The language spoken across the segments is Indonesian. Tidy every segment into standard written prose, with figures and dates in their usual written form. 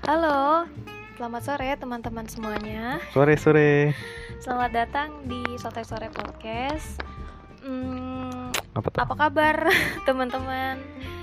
Halo, selamat sore teman-teman semuanya. Sore. Selamat datang di Sote Sore Podcast. Apa tuh? Apa kabar teman-teman?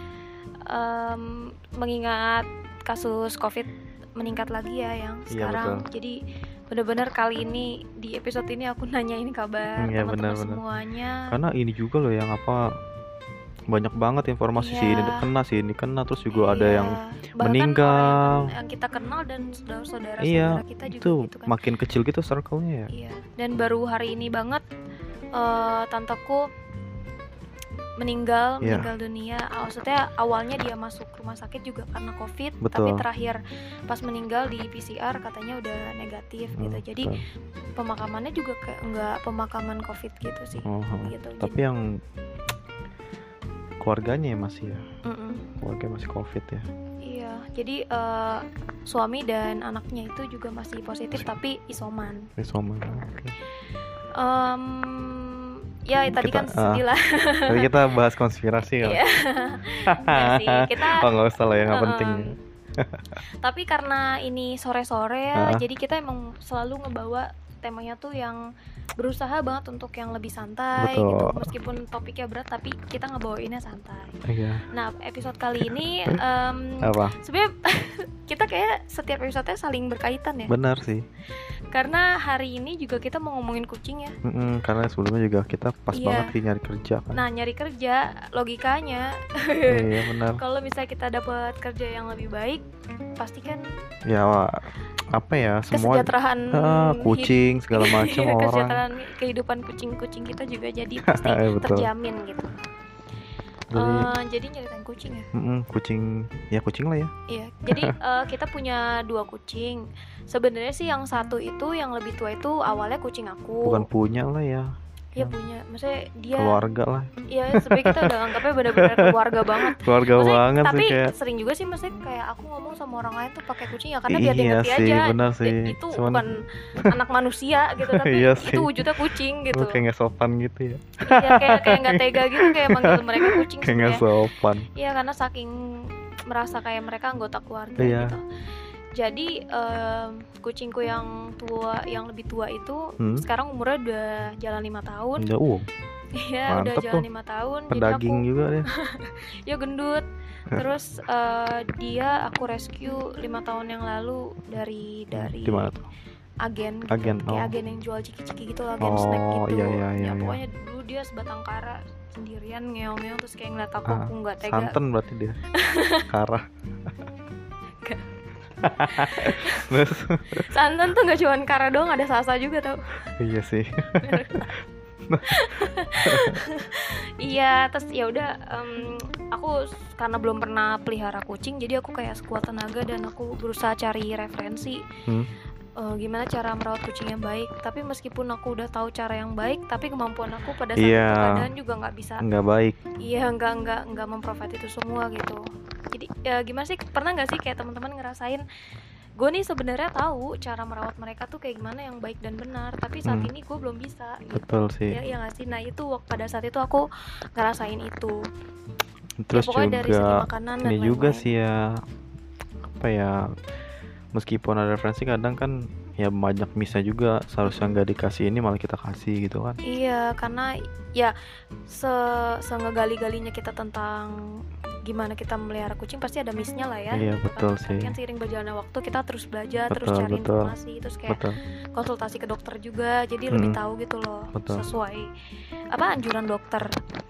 Mengingat kasus COVID meningkat lagi ya yang sekarang. Betul. Jadi benar-benar kali ini di episode ini aku nanya ini kabar teman-teman Benar. semuanya. Karena ini juga loh yang banyak banget informasi si ini kena terus juga ada yang meninggal yang kita kenal dan saudara-saudara kita juga itu gitu kan. Makin kecil gitu circle-nya ya. Iya. Dan baru hari ini banget tanteku meninggal dunia. Maksudnya awalnya dia masuk rumah sakit juga karena COVID. Betul. Tapi terakhir pas meninggal di PCR katanya udah negatif gitu. Jadi pemakamannya juga kayak enggak pemakaman COVID gitu sih. Gitu. Tapi yang keluarganya masih ya. Keluarga masih COVID ya. Iya. Jadi suami dan anaknya itu juga masih positif tapi isoman. Okay. Ya tadi kan sedih lah. Tadi kita bahas konspirasi kan. Iya. Kita nggak usah lah ya, nggak penting. Tapi karena ini sore-sore ya, jadi kita emang selalu ngebawa temanya tuh yang berusaha banget untuk yang lebih santai. Betul. Gitu. Meskipun topiknya berat tapi kita ngebawainnya santai. Iya. Nah, episode kali ini sebenarnya kita kayak setiap episodenya saling berkaitan ya. Benar sih. Karena hari ini juga kita mau ngomongin kucing ya. Karena sebelumnya juga kita pas banget sih nyari kerja kan. Nah, nyari kerja logikanya. Iya benar. Kalau misalnya kita dapat kerja yang lebih baik, pasti kan ya apa ya semua kesejahteraan kucing segala macam orang. Kesejahteraan kehidupan kucing-kucing kita juga jadi pasti terjamin gitu. Jadi nyeritain kucing ya. Kucing lah ya. Iya. Jadi kita punya 2 kucing. Sebenarnya sih yang satu itu yang lebih tua itu awalnya kucing aku. Bukan punya lah ya. Iya punya. Maksudnya dia keluarga lah. Iya, sebenarnya kita udah anggapnya benar-benar keluarga banget. Banget tapi sih kayak. Sering juga sih maksudnya kayak aku ngomong sama orang lain tuh pakai kucing ya karena biar dia ngerti sih, aja. Benar sih. Itu bukan anak manusia gitu tapi itu wujudnya kucing gitu. Kayak nggak sopan gitu ya. Iya kayak nggak tega gitu kayak manggil mereka kucing. Kayak nggak sopan. Iya karena saking merasa kayak mereka anggota keluarga gitu. Jadi kucingku yang lebih tua itu sekarang umurnya udah jalan 5 tahun. Iya udah jalan 5 tahun. Pedaging jadi juga deh. Ya gendut. Terus dia aku rescue 5 tahun yang lalu dari di mana tuh? Agen yang jual ciki-ciki gitu, agen snack gitu. Iya. Pokoknya dulu dia sebatang kara sendirian ngeong-ngeong terus kayak ngeliat aku nggak tega. Santen berarti dia. Kara. Santan tuh nggak cuma kara doang, ada Sasa juga tau. Iya sih. Iya, terus ya udah aku karena belum pernah pelihara kucing jadi aku kayak sekuat tenaga dan aku berusaha cari referensi gimana cara merawat kucing yang baik. Tapi meskipun aku udah tahu cara yang baik tapi kemampuan aku pada saat itu keadaan juga nggak baik. Iya, nggak memprovide itu semua gitu. Jadi gimana sih, pernah nggak sih kayak teman-teman ngerasain gue nih sebenarnya tahu cara merawat mereka tuh kayak gimana yang baik dan benar tapi saat ini gue belum bisa gitu. Betul sih. Ya nggak sih. Nah itu pada saat itu aku ngerasain itu. Terus ya, juga dari segi makanan dan ini juga lain-lain. sih ya apa ya, meskipun ada referensi kadang kan ya banyak misalnya juga seharusnya nggak dikasih ini malah kita kasih gitu kan. Iya karena ya ngegali-galinya kita tentang gimana kita melihara kucing pasti ada missnya lah ya. Iya betul sih. Kan seiring berjalannya waktu kita terus belajar, terus cari informasi, terus kayak konsultasi ke dokter juga, jadi lebih tahu gitu loh. Sesuai anjuran dokter.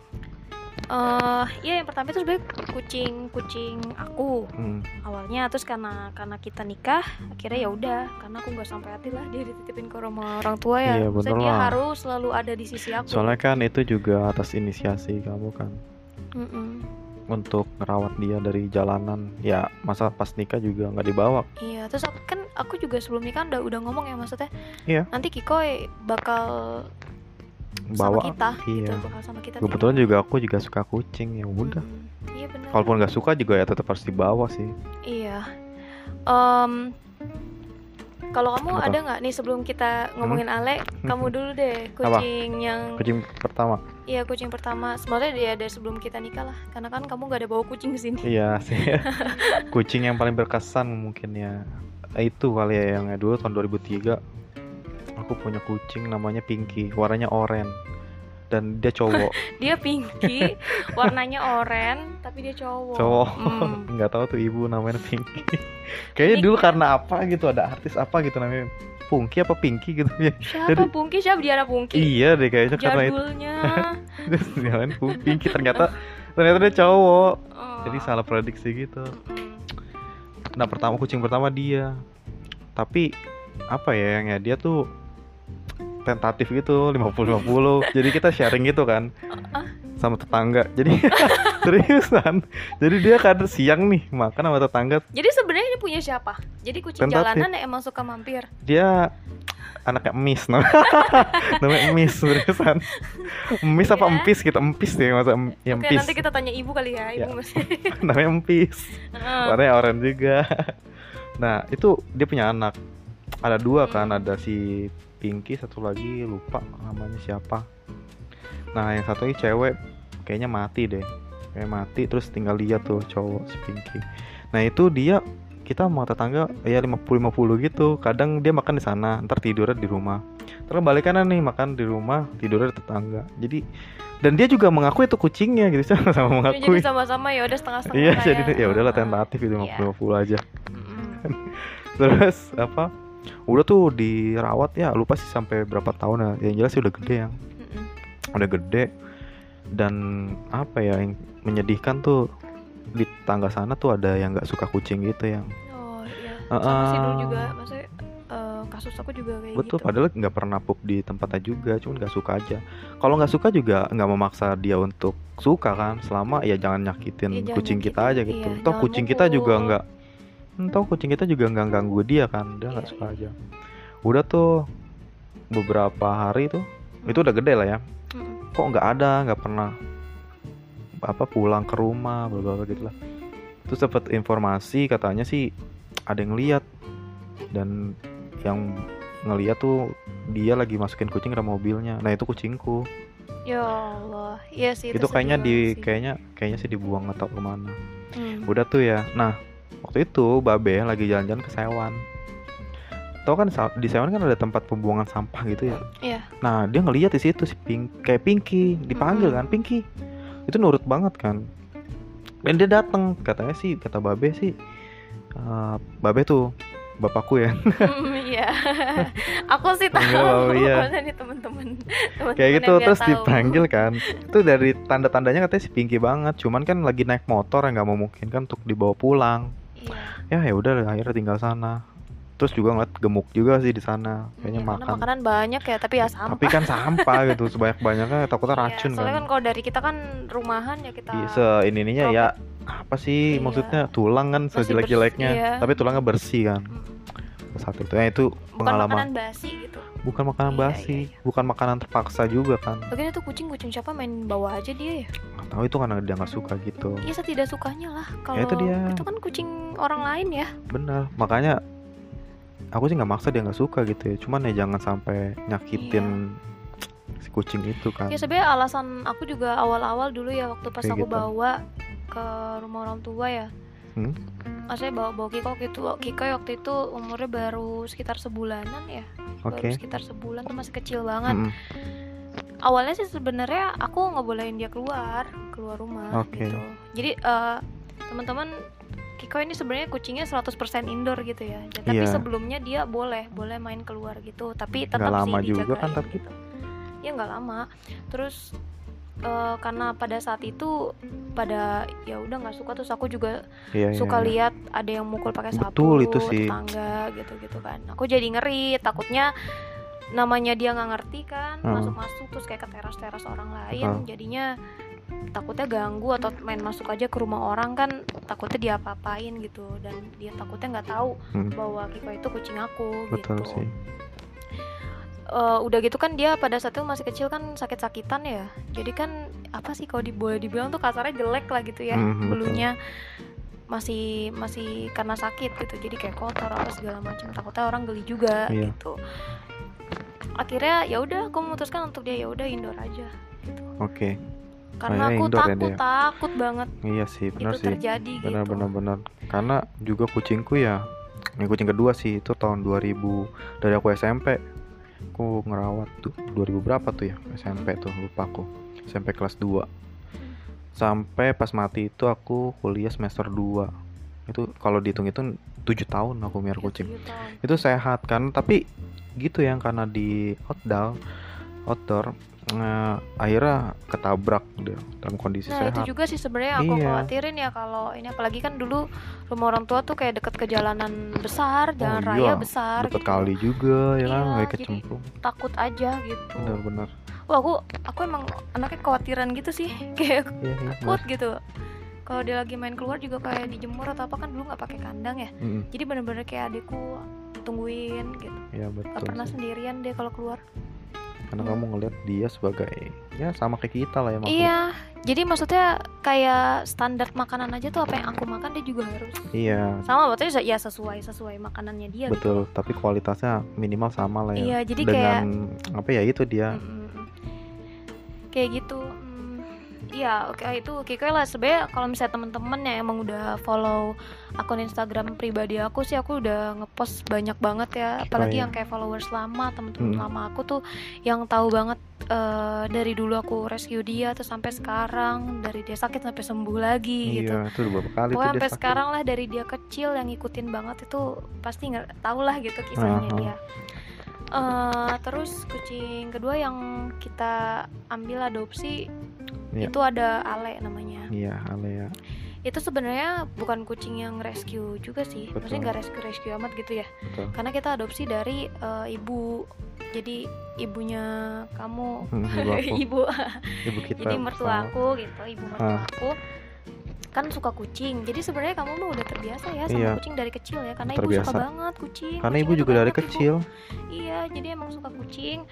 Ya yang pertama itu sebenarnya kucing aku awalnya, terus karena kita nikah akhirnya ya udah, karena aku nggak sampai hati lah dia dititipin ke rumah orang tua ya. Iya, maksudnya dia harus selalu ada di sisi aku. Soalnya kan itu juga atas inisiasi kamu kan. Untuk ngerawat dia dari jalanan ya, masa pas nikah juga nggak dibawa. Iya, terus aku juga sebelum nikah udah ngomong ya, maksudnya nanti Kiko bakal bawa sama kita, iya. Gitu, bakal sama kita. Kebetulan juga aku juga suka kucing, ya udah. Iya benar. Kalaupun nggak suka juga ya tetap harus dibawa sih. Iya. Kalau kamu Betul. ada nggak nih sebelum kita ngomongin Ale, kamu dulu deh kucing yang Kucing pertama. iya kucing pertama. Sebenarnya dia dari sebelum kita nikah lah, karena kan kamu nggak ada bawa kucing ke sini. Iya sih. Kucing yang paling berkesan mungkin ya itu kali ya, yang dulu tahun 2003 aku punya kucing namanya Pinky, warnanya oranye dan dia cowok. Dia Pinky, warnanya oranye, tapi dia cowok. Cowok. Nggak tahu tuh ibu namanya Pinky. Kayaknya dulu karena apa gitu, ada artis apa gitu namanya Punky apa Pinky gitu ya. Siapa Punky? Siapa Diana Punky? Iya deh kayaknya karena itu. Jadulnya. Terus nyalain Pinky, ternyata dia cowok. Jadi salah prediksi gitu. Nah kucing pertama dia. Tapi apa ya, yang ya dia tuh tentatif gitu, 50-50. Jadi kita sharing gitu kan sama tetangga. Jadi seriusan. Jadi dia kadang siang nih makan sama tetangga. Jadi sebenarnya ini punya siapa? Jadi kucing Tentatif. jalanan emang suka mampir. Dia anaknya Emis namanya Emis, seriusan. Emis apa Empis gitu, Empis deh masa Oke, Empis. nanti kita tanya ibu kali ya, ibu masih. Namanya Empis. Warnanya oranye juga. Nah itu dia punya anak. Ada dua kan, ada si Pinky, satu lagi lupa namanya siapa. Nah yang satu ini cewek, kayaknya mati deh. Kayak mati, terus tinggal dia tuh cowok si Pinky. Nah itu dia, kita mau tetangga ya 50-50 gitu. Kadang dia makan di sana, ntar tidurnya di rumah. Terus balikan nih, makan di rumah, tidurnya di tetangga. Jadi dan dia juga mengaku itu kucingnya gitu, sama mengakui. Jadi sama-sama ya udah setengah-setengah. Iya, jadi ya udahlah tentatif itu 50-50 aja. Terus apa? Udah tuh dirawat ya, lupa sih sampai berapa tahun ya. Yang jelas sih udah gede yang. Udah gede. Dan apa ya yang menyedihkan tuh, di tangga sana tuh ada yang nggak suka kucing gitu yang. Oh iya. Sama sih dulu juga, maksudnya kasus aku juga kayak betul, gitu. padahal nggak pernah pup di tempatnya juga, cuman nggak suka aja. Kalau nggak suka juga nggak memaksa dia untuk suka kan, selama ya jangan nyakitin Jangan kucing nyakitin, kita aja gitu. iya, Toh jangan kucing kita mukul. juga nggak ganggu dia kan, dia nggak suka aja. Udah tuh beberapa hari tuh, itu udah gede lah ya. Kok nggak pernah apa pulang ke rumah, bla gitu lah. Terus dapat informasi katanya sih ada yang lihat, dan yang ngeliat tuh dia lagi masukin kucing ke mobilnya. Nah itu kucingku. Ya Allah, iya sih. Itu kayaknya sedih banget sih. kayaknya sih dibuang atau kemana. Udah tuh ya. Nah waktu itu Babe lagi jalan-jalan ke Sewan. Tau kan di Sewan kan ada tempat pembuangan sampah gitu ya. Iya. Nah dia ngeliat di situ si kayak Pinky dipanggil kan, Pinky. Itu nurut banget kan. Dan dia datang, katanya sih, kata Babe sih, Babe tuh bapakku ya. Iya. Aku sih tahu. Iya. Nih teman-teman Kayak gitu, terus tahu. dipanggil kan. Itu dari tanda-tandanya katanya si Pinky banget. Cuman kan lagi naik motor, nggak memungkinkan untuk dibawa pulang. Iya. Ya udah akhirnya tinggal sana. Terus juga ngeliat gemuk juga sih di sana. Kayaknya karena makan. makanan banyak ya, tapi ya sampah. Tapi kan sampah gitu, sebanyak-banyaknya takutnya racun Soalnya kan kan. kalau dari kita kan rumahan ya kita. Iya, ininya ya apa sih maksudnya, tulang kan Masih sejelek-jeleknya, bersih, iya. tapi tulangnya bersih kan. Saat itu ya itu Bukan pengalaman. makanan basi gitu. Bukan makanan Iya, basi, iya. bukan makanan terpaksa juga kan. Lagian itu kucing siapa main bawa aja dia ya. Nggak tahu itu karena dia nggak suka gitu. Iya, setidak sukanya lah. Kalau itu dia. itu kan kucing orang lain ya. Benar, makanya aku sih nggak maksa dia nggak suka gitu ya. Cuman ya jangan sampai nyakitin si kucing itu kan. Ya sebenarnya alasan aku juga awal-awal dulu ya, waktu pas Kayak aku gitu. bawa ke rumah orang tua ya. Maksudnya bawa Kiko gitu. Kiko waktu itu umurnya baru sekitar sebulanan ya. Baru sekitar sebulan tuh, masih kecil banget. Awalnya sih sebenarnya aku nggak bolehin dia keluar rumah gitu. Jadi teman-teman, Kiko ini sebenarnya kucingnya 100% indoor gitu ya. Tapi sebelumnya dia boleh main keluar gitu. Tapi tetap Nggak lama sih juga dijagain kan tapi. gitu. Ya nggak lama. Terus karena pada saat itu pada ya udah nggak suka, terus aku juga suka lihat ada yang mukul pakai sapu. Betul itu sih. Tetangga gitu kan. Aku jadi ngeri, takutnya namanya dia nggak ngerti kan, masuk-masuk terus kayak ke teras-teras orang lain, jadinya takutnya ganggu atau main masuk aja ke rumah orang kan, takutnya diapa-apain gitu, dan dia takutnya nggak tahu bahwa Kiko itu kucing aku. Betul gitu sih. Udah gitu kan dia pada saat itu masih kecil kan, sakit-sakitan ya, jadi kan apa sih kalau boleh dibilang tuh kasarnya jelek lah gitu ya bulunya. masih karena sakit gitu, jadi kayak kotor apa segala macam, takutnya orang geli juga gitu. Akhirnya ya udah aku memutuskan untuk dia ya udah indoor aja gitu. Oke. Karena aku takut banget. Iya sih, benar sih. Terjadi benar. Karena juga kucingku ya, ini kucing kedua sih, itu tahun 2000, dari aku SMP. Aku ngerawat tuh 2000 berapa tuh ya, SMP tuh, lupa aku. SMP kelas 2. Sampai pas mati itu aku kuliah semester 2. Itu kalau dihitung itu 7 tahun aku miara kucing. Itu sehat kan, tapi gitu ya, karena di outdoor akhirnya ketabrak dia dalam kondisi sehat. Nah itu juga sih sebenarnya aku khawatirin ya, kalau ini apalagi kan dulu rumah orang tua tuh kayak deket ke jalanan besar, jalan raya besar deket gitu. kali juga ya kan, kayak kecemplung. Takut aja gitu. Benar. Wah aku emang anaknya khawatiran gitu sih, kayak takut gitu. Kalau dia lagi main keluar juga kayak dijemur atau apa, kan dulu nggak pakai kandang ya. Jadi bener-bener kayak adikku tungguin gitu. Iya betul. Gak pernah sendirian dia kalau keluar. Karena kamu ngeliat dia sebagai ya sama kayak kita lah ya makhluk. Iya, jadi maksudnya kayak standar makanan aja tuh apa yang aku makan dia juga harus. Iya. Sama maksudnya ya sesuai makanannya dia. Betul, gitu. Tapi kualitasnya minimal sama lah ya. Iya, jadi dengan kayak, apa ya itu dia. Kayak gitu. Iya, oke itu lah. Sebenarnya kalau misalnya teman-teman yang emang udah follow akun Instagram pribadi aku sih, aku udah ngepost banyak banget ya. Apalagi yang kayak followers lama, teman-teman lama aku tuh yang tahu banget dari dulu aku rescue dia terus sampai sekarang, dari dia sakit sampai sembuh lagi gitu. Iya, itu beberapa kali tuh dia sampai sakit. Sekarang lah, dari dia kecil yang ngikutin banget itu pasti nggak tahu lah gitu kisahnya dia. Terus kucing kedua yang kita ambil adopsi itu ada Ale namanya. Iya, Ale ya. Itu sebenarnya bukan kucing yang rescue juga sih. Maksudnya nggak rescue amat gitu ya. Betul. Karena kita adopsi dari ibu. Jadi ibunya kamu, ibu kita. Jadi mertua aku gitu, ibu mertua aku kan suka kucing. Jadi sebenarnya kamu mah udah terbiasa ya sama kucing dari kecil ya, karena ibu suka banget kucing. Karena ibu juga dari kecil. Iya, jadi emang suka kucing.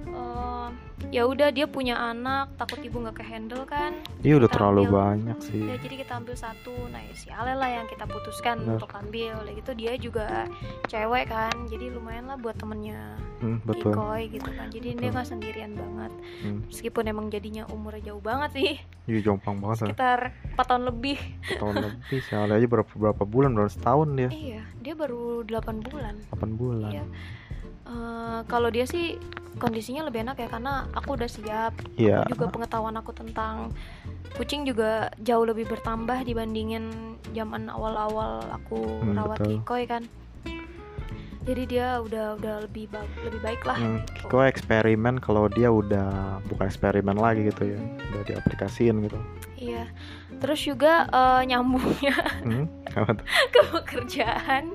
Ya udah dia punya anak, takut ibu nggak kehandle kan. Iya udah terlalu banyak sih. Ya, jadi kita ambil satu. Nah si Ale lah yang kita putuskan untuk ambil. Udah gitu dia juga cewek kan, jadi lumayan lah buat temennya Ikoy gitu kan. Jadi dia nggak sendirian banget. Meskipun emang jadinya umurnya jauh banget sih. Iya jompang banget. Sekitar 4 tahun lebih. Si Ale aja berapa bulan, baru setahun dia. Iya, dia baru 8 bulan. 8 bulan. Iya. Kalau dia sih kondisinya lebih enak ya, karena aku udah siap. Aku juga pengetahuan aku tentang kucing juga jauh lebih bertambah dibandingin zaman awal-awal aku rawat Ikoy kan. Jadi dia udah lebih baik lah. Kok eksperimen kalau dia udah bukan eksperimen lagi gitu ya, udah diaplikasiin gitu. Iya. Terus juga nyambungnya ke pekerjaan.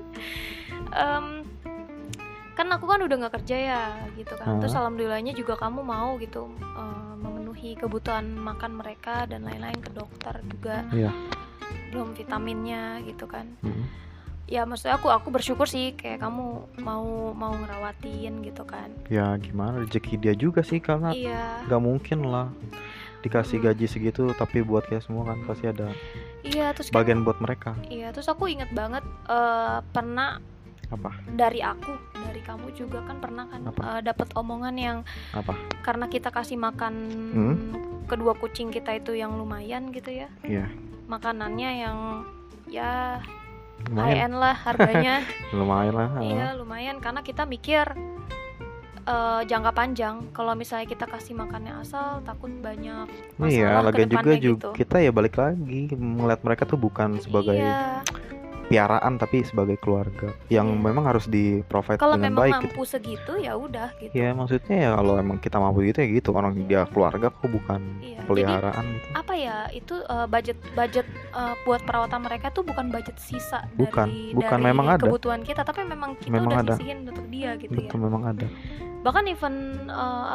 Kan aku kan udah nggak kerja ya gitu kan. Terus alhamdulillahnya juga kamu mau gitu memenuhi kebutuhan makan mereka dan lain-lain, ke dokter juga. Belum vitaminnya gitu kan. Ya maksudnya aku bersyukur sih kayak kamu mau ngerawatin gitu kan. Ya gimana, rezeki dia juga sih, karena nggak mungkin lah dikasih gaji segitu tapi buat kayak semua kan pasti ada terus bagian buat mereka. Iya, terus aku inget banget pernah dari kamu juga kan pernah kan dapat omongan yang karena kita kasih makan kedua kucing kita itu yang lumayan gitu ya. Makanannya yang ya high end lah harganya. Lumayan lah. Iya lumayan, karena kita mikir jangka panjang. Kalau misalnya kita kasih makannya asal, takut banyak masalah ke depannya gitu. Kita ya balik lagi melihat mereka tuh bukan sebagai piaraan tapi sebagai keluarga yang memang harus di-provide dengan baik. Kalau memang mampu segitu ya udah gitu. Ya maksudnya ya kalau emang kita mampu gitu ya gitu, orang dia keluarga kok bukan peliharaan. Jadi, gitu. Apa ya itu budget buat perawatan mereka tuh bukan budget sisa bukan dari memang kebutuhan kita, tapi memang kita memang udah ada. sisihin untuk dia gitu. Betul, memang ada. Bahkan even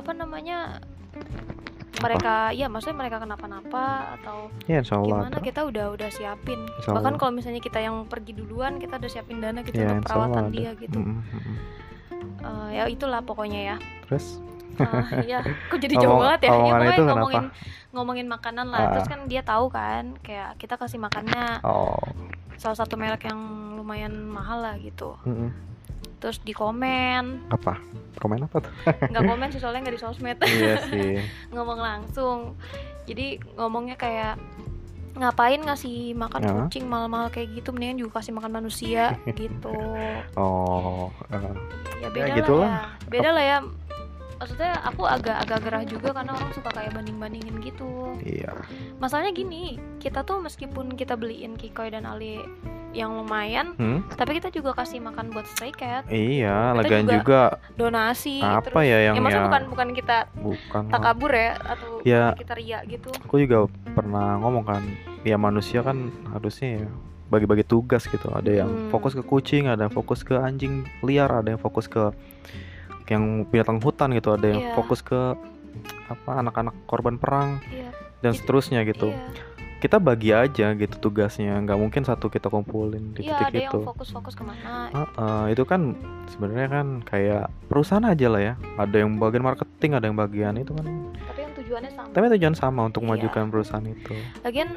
mereka maksudnya mereka kenapa-napa atau gimana ada. Kita udah siapin. Bahkan kalau misalnya kita yang pergi duluan, kita udah siapin dana gitu untuk perawatan dia gitu. Ya itulah pokoknya ya. Terus ya kok jadi jauh banget ya. Pokoknya ngomongin makanan lah. Terus kan dia tahu kan kayak kita kasih makannya salah satu merek yang lumayan mahal lah gitu. Terus di komen. Apa? Komen apa tuh? Nggak komen sih, soalnya nggak di sosmed. Iya sih. Ngomong langsung. Jadi ngomongnya kayak, ngapain ngasih makan kucing mahal-mahal kayak gitu, mendingan juga kasih makan manusia gitu. Ya beda ya, gitu lah ya. Beda lah ya. Maksudnya aku agak gerah juga karena orang suka kayak banding-bandingin gitu. Iya. Masalahnya gini, kita tuh meskipun kita beliin Kikoi dan Ali yang lumayan, tapi kita juga kasih makan buat stray cat. Iya, lagian juga donasi. Apa terus, ya yang maksudnya bukan kita takabur ya atau ya, kita ria gitu. Aku juga pernah ngomong kan, ya manusia kan harusnya ya bagi-bagi tugas gitu. Ada yang fokus ke kucing, ada yang fokus ke anjing liar, ada yang fokus ke yang binatang hutan gitu, ada yang fokus ke anak-anak korban perang dan seterusnya gitu. Kita bagi aja gitu tugasnya, nggak mungkin satu kita kumpulin di titik ada itu. Yang fokus kemana? Itu kan sebenarnya kan kayak perusahaan aja lah ya. Ada yang bagian marketing, ada yang bagian itu kan. Tapi yang tujuannya sama. Tapi tujuan sama untuk memajukan perusahaan itu. Lagian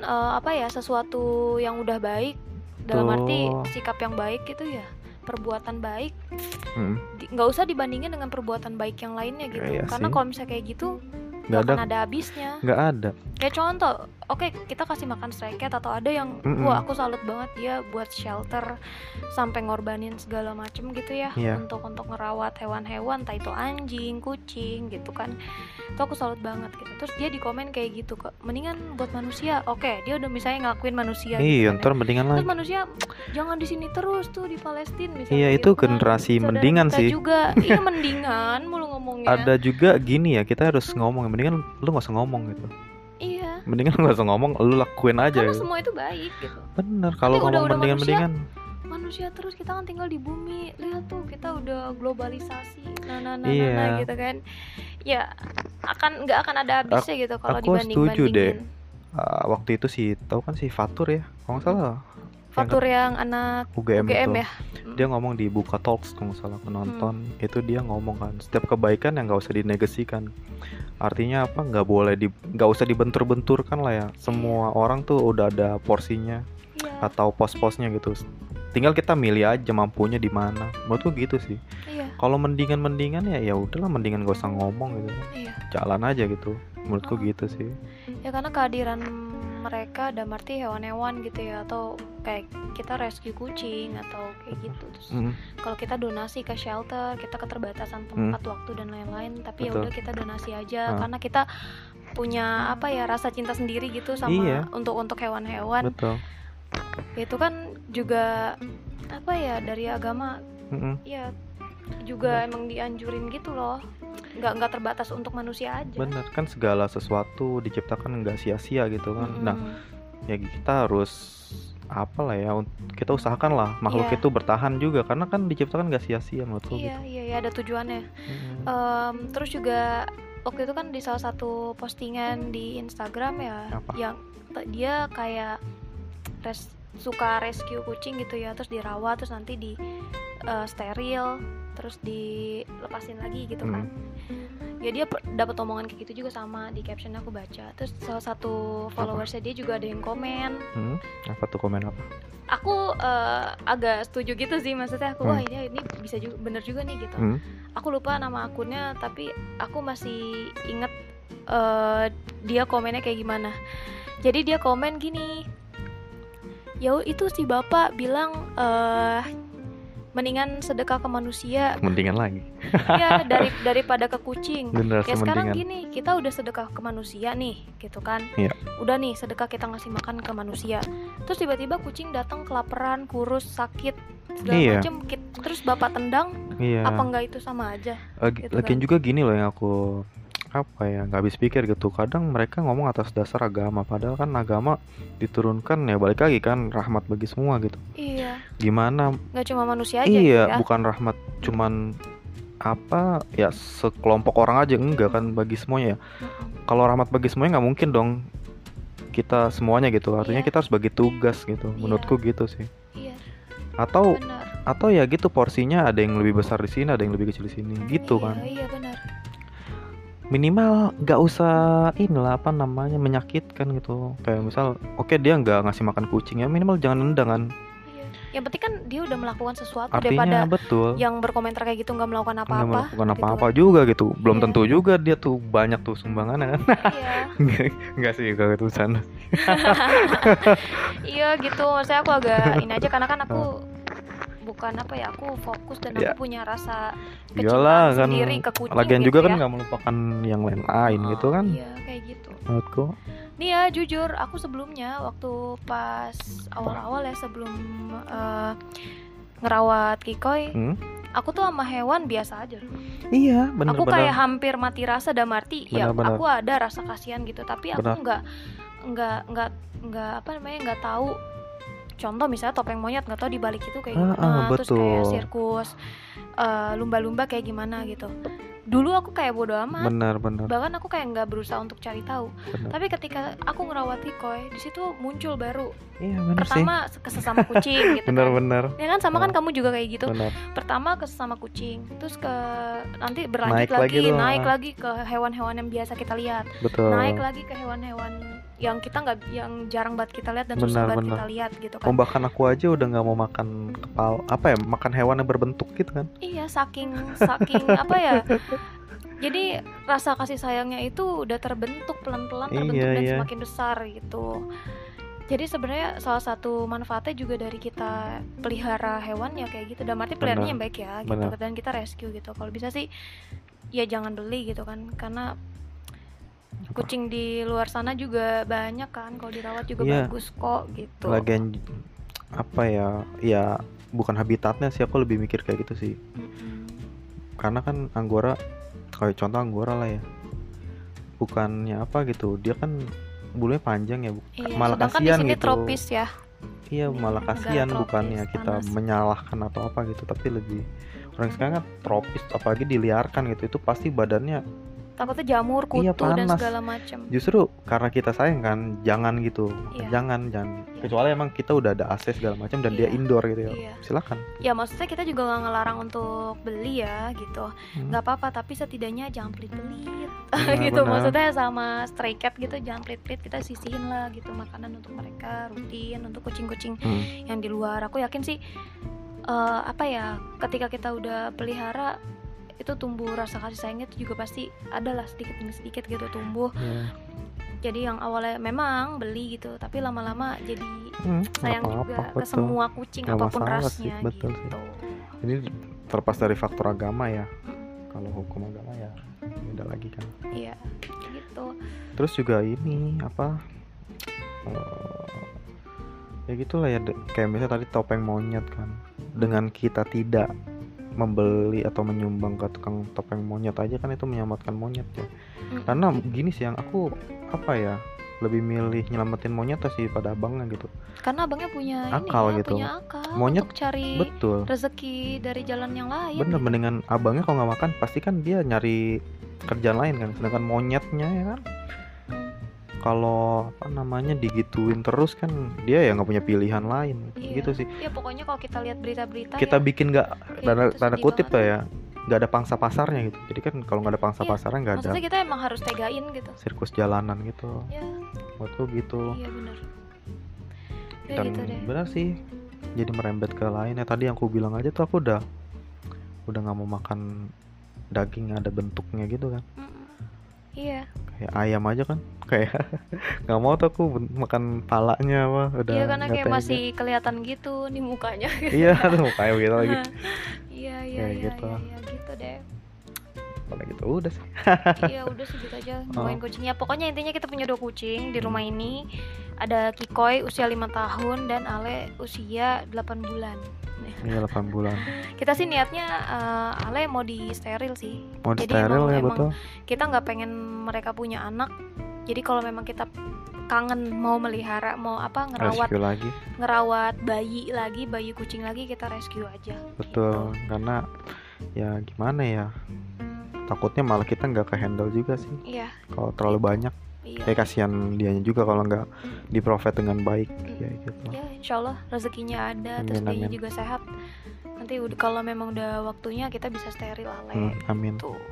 sesuatu yang udah baik dalam arti sikap yang baik gitu ya, perbuatan baik. Nggak usah dibandingin dengan perbuatan baik yang lainnya gitu. Karena kalau misalnya kayak gitu nggak akan ada habisnya. Nggak ada. Kayak contoh, oke, kita kasih makan stray cat, atau ada yang wah aku salut banget dia buat shelter sampai ngorbanin segala macem gitu ya, untuk ngerawat hewan-hewan, entah itu anjing, kucing gitu kan. Itu aku salut banget gitu. Terus dia di komen kayak gitu kok, mendingan buat manusia. Oke, dia udah misalnya ngelakuin manusia gitu kan, mendingan terus lagi. Manusia jangan di sini terus tuh, di Palestina misalnya. Iya, itu kan generasi mendingan sih juga. Iya, mendingan mulu ngomongnya. Ada juga gini ya, kita harus ngomong, mendingan lu nggak usah ngomong gitu. Iya. Mendingan nggak usah ngomong, lu lakuin aja. Karena gitu. Semua itu baik gitu. Bener, kalau ngomong mendingan. Manusia terus, kita kan tinggal di bumi. Lihat tuh, kita udah globalisasi. Nah gitu kan. Ya nggak akan ada habisnya gitu kalau dibanding-bandingin. Aku setuju deh. Waktu itu sih, tahu kan si Fatur ya, kalau nggak salah. Fatur yang anak UGM ya. Dia ngomong di Buka Talks kalau nggak salah, penonton itu dia ngomong kan, setiap kebaikan yang nggak usah dinegasikan. Artinya apa? Nggak usah dibentur-benturkan lah ya. Semua orang tuh udah ada porsinya atau pos-posnya gitu. Tinggal kita milih aja mampunya di mana. Menurutku gitu sih. Kalau mendingan ya udahlah, mendingan gak usah ngomong gitu. Jalan aja gitu. Menurutku gitu sih. Ya karena kehadiran mereka dan arti hewan-hewan gitu ya, atau kayak kita rescue kucing atau kayak gitu. Terus kalau kita donasi ke shelter, kita keterbatasan tempat, waktu dan lain-lain, tapi ya udah kita donasi aja karena kita punya rasa cinta sendiri gitu sama untuk hewan-hewan. Betul. Itu kan juga dari agama ya juga emang dianjurin gitu loh. Nggak terbatas untuk manusia aja. Bener kan, segala sesuatu diciptakan nggak sia-sia gitu kan. Nah ya kita harus kita usahakan lah makhluk itu bertahan juga, karena kan diciptakan nggak sia-sia menurutku. Iya ada tujuannya. Terus juga waktu itu kan di salah satu postingan di Instagram ya, yang dia kayak suka rescue kucing gitu ya, terus dirawat, terus nanti di steril, terus dilepasin lagi gitu kan. Ya dia dapat omongan kayak gitu juga, sama di caption aku baca. Terus salah satu followersnya dia juga ada yang komen. Apa tuh, komen apa? Aku agak setuju gitu sih, maksudnya aku wah ini bisa juga, bener juga nih gitu. Aku lupa nama akunnya, tapi aku masih inget dia komennya kayak gimana. Jadi dia komen gini, ya itu si bapak bilang mendingan sedekah ke manusia. Mendingan lagi. Ya daripada ke kucing. Bener, ya sekarang gini, kita udah sedekah ke manusia nih, gitu kan. Udah nih sedekah, kita ngasih makan ke manusia. Terus tiba-tiba kucing datang kelaparan, kurus, sakit, segala macem. Terus bapak tendang. Apa enggak itu sama aja? Lagian juga gini loh yang aku nggak habis pikir gitu. Kadang mereka ngomong atas dasar agama, padahal kan agama diturunkan ya balik lagi kan rahmat bagi semua gitu. Iya. Gimana? Nggak cuma manusia aja. Iya, ya? Bukan rahmat cuman sekelompok orang aja, enggak kan, bagi semuanya ya. Kalau rahmat bagi semuanya nggak mungkin dong kita semuanya gitu. Artinya kita harus bagi tugas gitu. Menurutku gitu sih. Iya. Atau ya gitu, porsinya ada yang lebih besar di sini, ada yang lebih kecil di sini gitu kan. Iya benar. Minimal nggak usah menyakitkan gitu. Kayak misal dia nggak ngasih makan kucing, ya minimal jangan nendang kan. Yang penting kan dia udah melakukan sesuatu, artinya daripada betul yang berkomentar kayak gitu nggak melakukan nggak apa-apa. melakukan gitu apa-apa kan. juga gitu. Belum Iya. tentu juga dia tuh banyak tuh sumbangannya kan. Iya. Enggak sih kalau itu sana. Iya gitu, maksudnya aku agak ini aja karena kan aku bukan apa ya, aku fokus dan Ya. aku punya rasa Iyalah kecintaan kan, sendiri ke kucing lagian gitu juga ya. kan nggak melupakan yang lain gitu kan. Iya kayak gitu. Menurutku. Nih ya jujur, aku sebelumnya waktu pas awal-awal ya sebelum ngerawat Kikoi, aku tuh sama hewan biasa aja. Iya benar. Aku kayak hampir mati rasa, dalam arti ya Benar. aku ada rasa kasihan gitu, tapi aku Benar. nggak apa namanya, nggak tahu. Contoh misalnya topeng monyet, nggak tahu di balik itu kayak gimana, terus kayak sirkus lumba-lumba kayak gimana gitu. Dulu aku kayak bodo amat. Benar. Bahkan aku kayak nggak berusaha untuk cari tahu. Benar. Tapi ketika aku ngerawat Kikoi, di situ muncul baru. Iya benar sih. Pertama ke sesama kucing gitu Benar. kan. Ya kan sama kan kamu juga kayak gitu. Benar. Pertama ke sesama kucing, terus ke nanti berlanjut naik lagi ke hewan-hewan yang biasa kita lihat. Betul. Naik lagi ke hewan-hewan yang kita nggak, yang jarang banget kita lihat dan susah banget kita lihat gitu kan. Bahkan aku aja udah nggak mau makan kepala, apa ya, makan hewan yang berbentuk gitu kan. Iya, saking apa ya. Jadi rasa kasih sayangnya itu udah terbentuk pelan-pelan, dan semakin besar gitu. Jadi sebenarnya salah satu manfaatnya juga dari kita pelihara hewan ya kayak gitu. Dan arti peliharanya yang baik ya gitu. Dan kita rescue gitu. Kalau bisa sih ya jangan beli gitu kan, karena kucing di luar sana juga banyak kan, kalau dirawat juga bagus kok gitu. Lagian apa ya, ya bukan habitatnya sih, aku lebih mikir kayak gitu sih. Karena kan Anggora, kayak contoh Anggora lah ya, bukannya apa gitu, dia kan bulunya panjang ya, malah kasihan gitu. Tropis ya. Iya, malah kasihan, bukannya kita menyalahkan atau apa gitu, tapi lebih orang sekarang kan tropis, apalagi diliarkan gitu, itu pasti badannya takutnya jamur, kutu dan segala macam. Justru karena kita sayang kan, jangan gitu. Jangan. Kecuali emang kita udah ada AC segala macam dan dia indoor gitu ya. Silakan. Ya maksudnya kita juga nggak ngelarang untuk beli ya gitu. Nggak apa-apa, tapi setidaknya jangan pelit-pelit. Gitu. Benar. Maksudnya sama stray cat gitu, jangan pelit-pelit, kita sisihin lah gitu makanan untuk mereka rutin, untuk kucing-kucing yang di luar. Aku yakin sih apa ya, ketika kita udah pelihara itu tumbuh rasa kasih sayangnya itu juga pasti ada lah, sedikit demi sedikit gitu tumbuh. Jadi yang awalnya memang beli gitu, tapi lama-lama jadi sayang juga ke semua kucing apapun rasnya gitu. Ini terlepas dari faktor agama ya. Kalau hukum agama ya beda lagi kan. Iya gitu. Terus juga ini apa, ya gitulah ya, kayak misalnya tadi topeng monyet kan, dengan kita tidak membeli atau menyumbang ke tukang topeng monyet aja kan itu menyelamatkan monyet ya. Karena gini sih, yang aku apa ya, lebih milih nyelamatin monyet sih pada abangnya gitu. Karena abangnya punya akal ini ya, gitu. punya akal monyet untuk cari rezeki dari jalan yang lain. Bener, gitu. Mendingan abangnya kalau nggak makan pasti kan dia nyari kerjaan lain kan. Sedangkan monyetnya ya kan, kalau apa namanya digituin terus kan dia ya nggak punya pilihan lain gitu sih. Iya, pokoknya kalau kita lihat berita-berita kita ya, bikin nggak tanda kutip lah ya, nggak ada pangsa pasarnya gitu. Jadi kan kalau nggak ada pangsa pasarnya nggak ada. Maksudnya kita emang harus tegain gitu. Sirkus jalanan gitu. Iya. Waktu gitu. Iya benar. Ya, dan gitu deh. Benar sih. Jadi merembet ke lainnya. Tadi yang aku bilang aja tuh aku udah nggak mau makan daging yang ada bentuknya gitu kan. Iya. Kayak ayam aja kan, kayak nggak mau tuh aku makan palanya apa, udah. Iya, karena kayak masih kelihatan gitu nih mukanya. Iya tuh mukanya gitu lagi. Iya gitu deh. Kalau gitu udah sih. Iya udah sih gitu aja ngomongin kucingnya. Pokoknya intinya kita punya 2 kucing di rumah ini. Ada Kikoi usia 5 tahun dan Ale usia 8 bulan. Iya 8 bulan. Kita sih niatnya Ale mau di steril sih. Jadi steril ya, betul. Kita nggak pengen mereka punya anak. Jadi kalau memang kita kangen mau melihara, mau apa, ngerawat bayi kucing lagi, kita rescue aja. Betul gitu. Karena ya gimana ya, takutnya malah kita nggak ke handle juga sih. Iya. Kalau terlalu banyak. Kayak kasihan dianya juga kalau nggak di-provide dengan baik ya gitu. Ya insyaallah rezekinya ada, terus dia juga sehat. Nanti kalau memang udah waktunya kita bisa steril Ale. Amin. Tuh.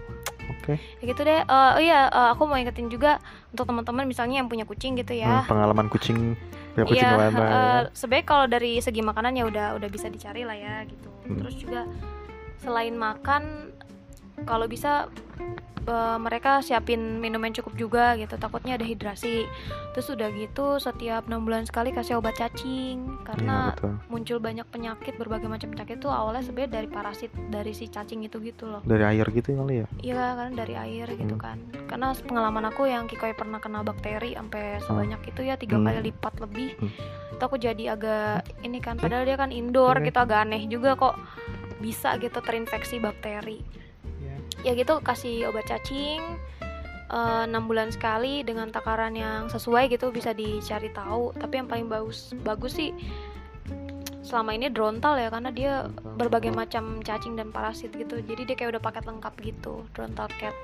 Oke. Ya gitu deh. Aku mau ingetin juga untuk teman-teman misalnya yang punya kucing gitu ya. Pengalaman kucing punya kucing lain sebenarnya kalau dari segi makanan ya udah bisa dicari lah ya gitu. Terus juga selain makan, kalau bisa mereka siapin minum yang cukup juga gitu, takutnya dehidrasi. Terus udah gitu setiap 6 bulan sekali kasih obat cacing, karena muncul banyak penyakit, berbagai macam penyakit tuh awalnya sebenarnya dari parasit dari si cacing itu gitu loh. Dari air gitu kali ya? Iya kan, dari air gitu kan. Karena pengalaman aku yang Kikoy pernah kena bakteri sampai sebanyak itu ya, 3 kali lipat lebih. Itu aku jadi agak ini kan, padahal dia kan indoor gitu, agak aneh juga kok bisa gitu terinfeksi bakteri. Ya gitu, kasih obat cacing 6 bulan sekali dengan takaran yang sesuai gitu, bisa dicari tahu. Tapi yang paling bagus sih selama ini Drontal ya, karena dia berbagai macam cacing dan parasit gitu. Jadi dia kayak udah paket lengkap gitu, Drontal Cat.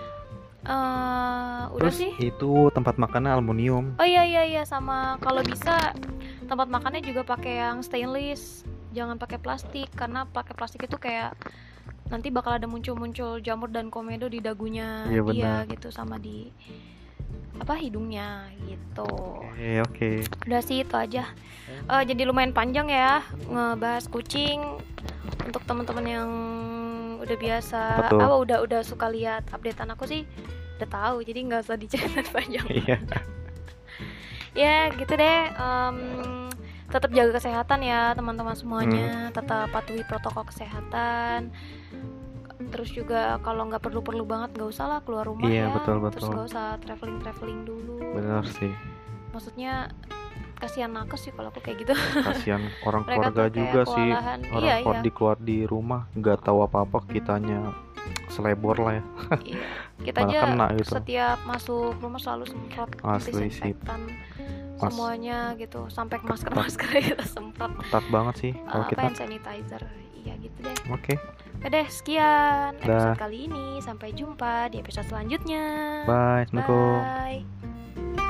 Udah terus sih. Itu tempat makannya aluminium. Oh iya, sama kalau bisa tempat makannya juga pakai yang stainless, jangan pakai plastik, karena pakai plastik itu kayak nanti bakal ada muncul jamur dan komedo di dagunya dia gitu, sama di hidungnya gitu. Oke. Udah sih itu aja. Jadi lumayan panjang ya ngebahas kucing. Untuk teman-teman yang udah biasa udah suka lihat updatean aku sih udah tahu, jadi nggak usah diceritain panjang. Ya gitu deh. Tetap jaga kesehatan ya teman-teman semuanya, tetap patuhi protokol kesehatan. Terus juga kalau nggak perlu banget nggak usah lah keluar rumah ya. Betul. Terus nggak usah traveling dulu. Benar sih. Maksudnya kasihan nakes sih kalau aku kayak gitu. Kasihan orang keluarga juga sih. Orang keluar di rumah nggak tahu apa-apa, kitanya selebor lah ya. Iya. Kita aja gitu. Setiap masuk rumah selalu semprot disinfektan. Semuanya gitu, sampai masker kita semprot. Ketat banget sih kalau kita. Hand sanitizer. Iya gitu deh. Oke. Udah sekian episode kali ini, sampai jumpa di episode selanjutnya. Bye. Assalamualaikum. Bye.